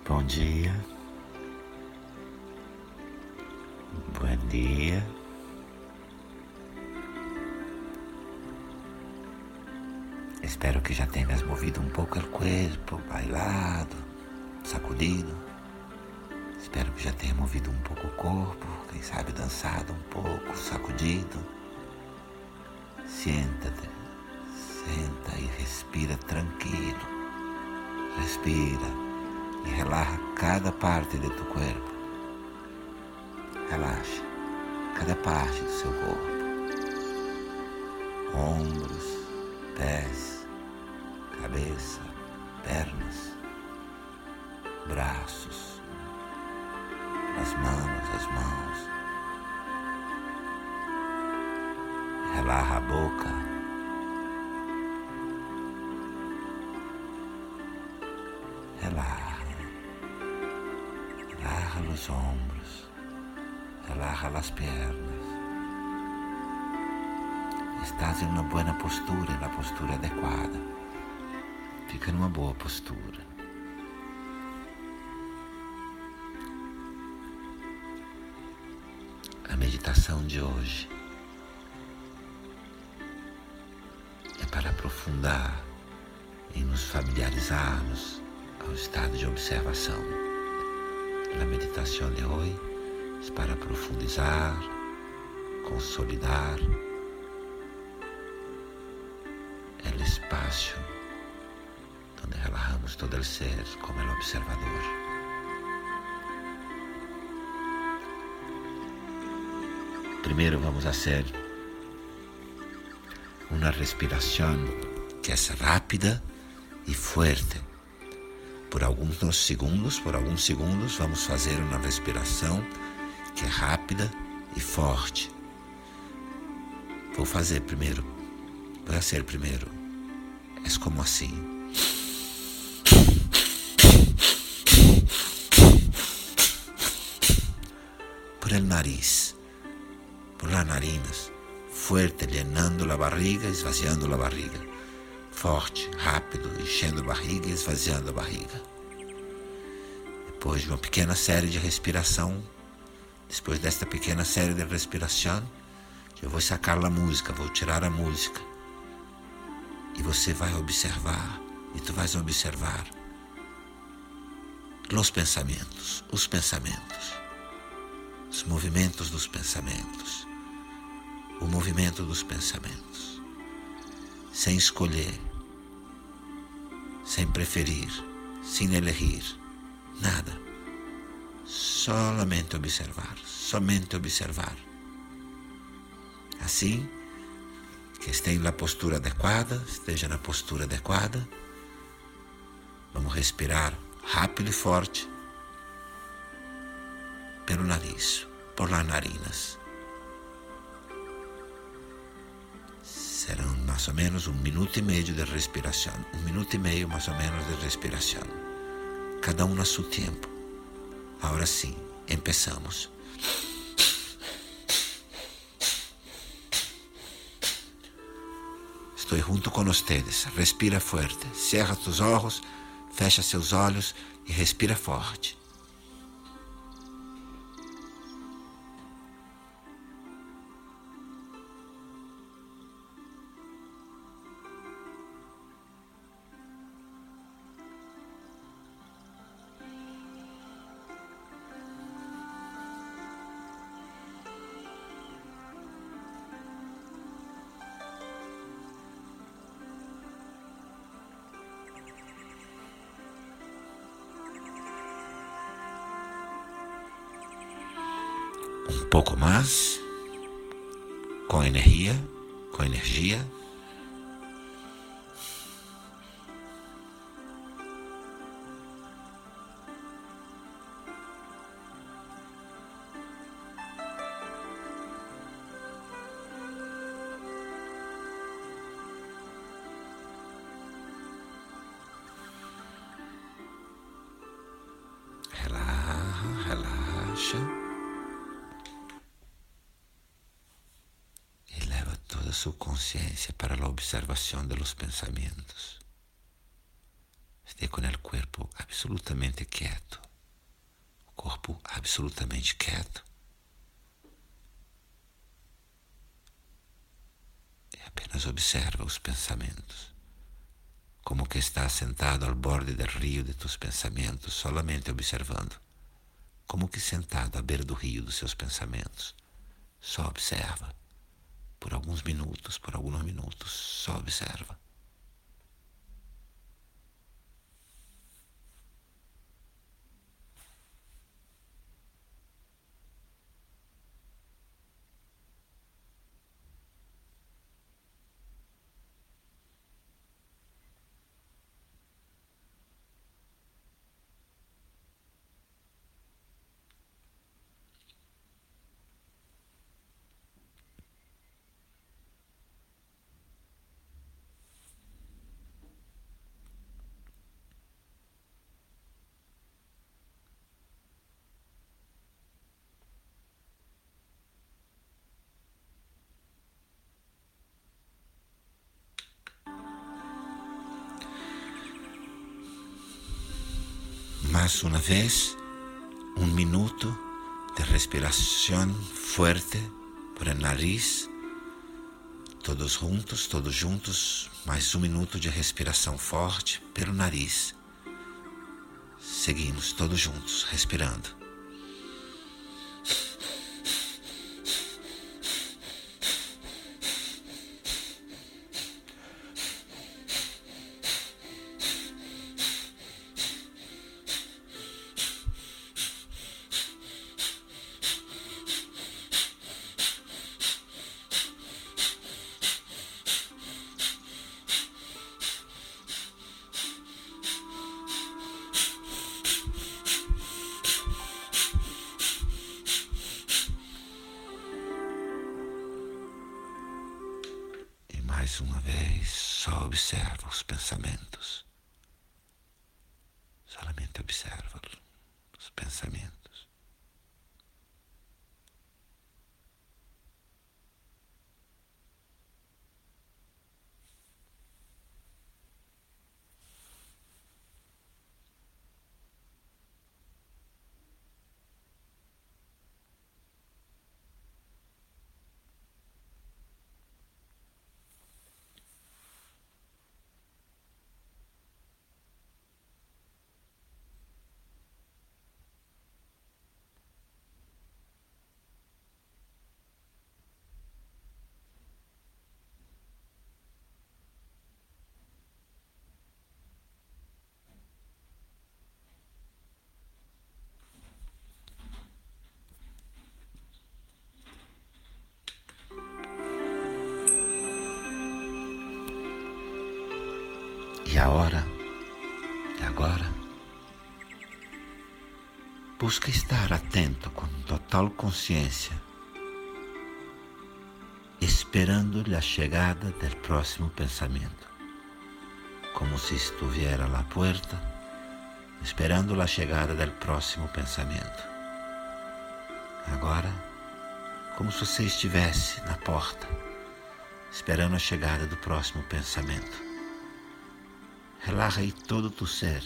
Bom dia, buen día. Espero que já tenhas movido um pouco o corpo, bailado, sacudido. Espero que já tenha movido um pouco o corpo, quem sabe dançado um pouco, sacudido. Siéntate, senta e respira tranquilo. Respira e relaxa cada parte de tu corpo. Relaxa cada parte do seu corpo. Ombros, pés, cabeça, pernas, braços, as mãos. Relaxa a boca. Relaxa os ombros, relaxa as pernas. Estás em uma boa postura, na postura adequada. Fica numa boa postura. A meditação de hoje é para aprofundar e nos familiarizarmos ao estado de observação. A meditação de hoje é para profundizar, consolidar o espaço onde relajamos todo o ser como o observador. Primeiro vamos fazer uma respiração que é rápida e forte. Por alguns segundos vamos fazer uma respiração que é rápida e forte. Vou fazer primeiro. É como assim. Por el nariz, por las narinas, fuerte, llenando a barriga, esvaziando a barriga. Forte, rápido, enchendo a barriga e esvaziando a barriga. Depois de uma pequena série de respiração, depois desta pequena série de respiração, eu vou sacar a música, vou tirar a música. E você vai observar, e tu vais observar os pensamentos, os movimentos dos pensamentos, o movimento dos pensamentos, sem escolher, sem preferir, sem elegir, nada, somente observar. Assim, que esteja na postura adequada, vamos respirar rápido e forte pelo nariz, por las narinas. Serão mais ou menos 1 minuto e meio de respiração, mais ou menos de respiração, cada um a seu tempo. Agora sim, começamos. Estou junto com vocês. Respira forte. Cierra tus olhos, fecha seus olhos e respira forte. Um pouco mais, com energia. Relaxa. Toda su consciência para a observação de los pensamientos. Esté com o corpo absolutamente quieto. O corpo absolutamente quieto. E apenas observa os pensamentos. Como que estás sentado ao borde do rio de tus pensamentos, solamente observando. Como que sentado à beira do rio dos seus pensamentos. Só observa. Por alguns minutos, só observa. Mais uma vez, minuto de respiração forte por el nariz. Todos juntos, mais minuto de respiração forte pelo nariz. Seguimos todos juntos, respirando. Mais uma vez, só observa os pensamentos. Solamente observa os pensamentos. E agora, busca estar atento com total consciência, esperando a chegada do próximo pensamento, como se estuviera à porta, esperando a chegada do próximo pensamento. Agora, como se você estivesse na porta, esperando a chegada do próximo pensamento. Relaxa aí todo o teu ser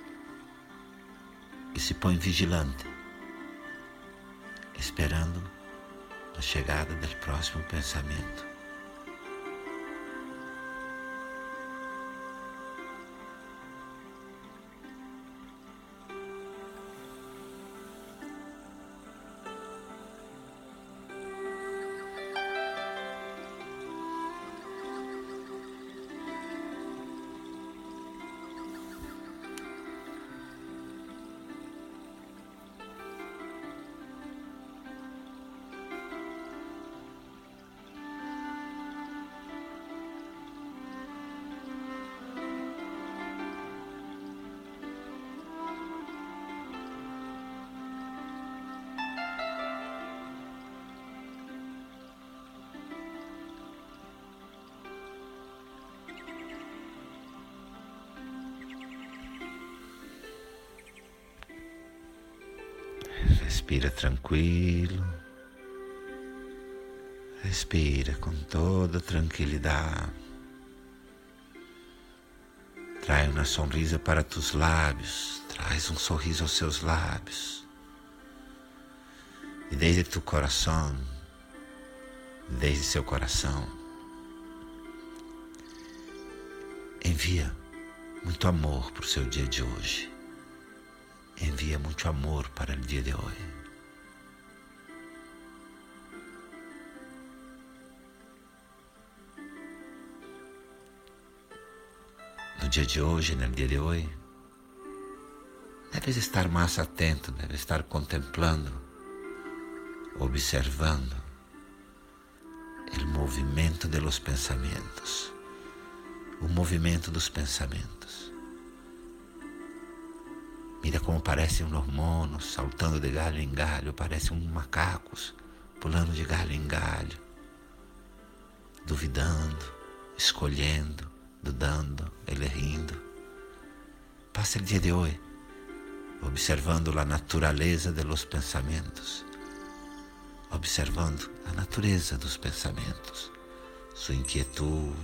e se põe vigilante, esperando a chegada do próximo pensamento. Respira tranquilo, respira com toda tranquilidade. Trae uma sonrisa para tus lábios, traz um sorriso aos seus lábios. E desde tu coração, desde seu coração, envia muito amor para o seu dia de hoje. Envia muito amor para o dia de hoje. No dia de hoje, no dia de hoje, deves estar mais atento, deves estar contemplando, observando o movimento de los pensamentos, o movimento dos pensamentos. Mira como parecem os monos saltando de galho em galho, parecem macacos pulando de galho em galho, duvidando, escolhendo, dudando, eligindo. Passa o dia de hoje observando a natureza de los pensamentos, observando a natureza dos pensamentos, sua inquietude,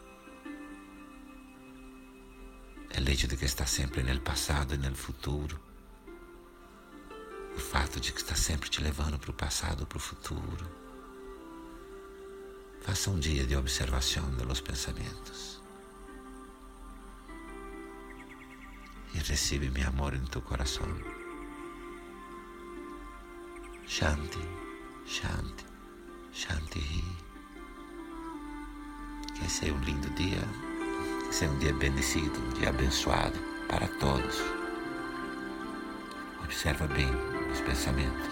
o hecho de que está sempre no passado e no futuro, o fato de que está sempre te levando para o passado ou para o futuro. Faça um dia de observação de los pensamentos e recebe meu amor em tu coração. Shanti, Shanti, Shanti. Que esse seja um lindo dia, que seja um dia bendecido, um dia abençoado para todos. Observa bem os pensamentos,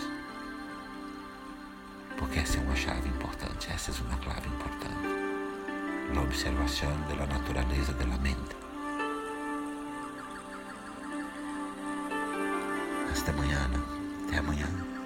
porque essa é uma chave importante, essa é uma clave importante. A observação da natureza da mente. Até amanhã.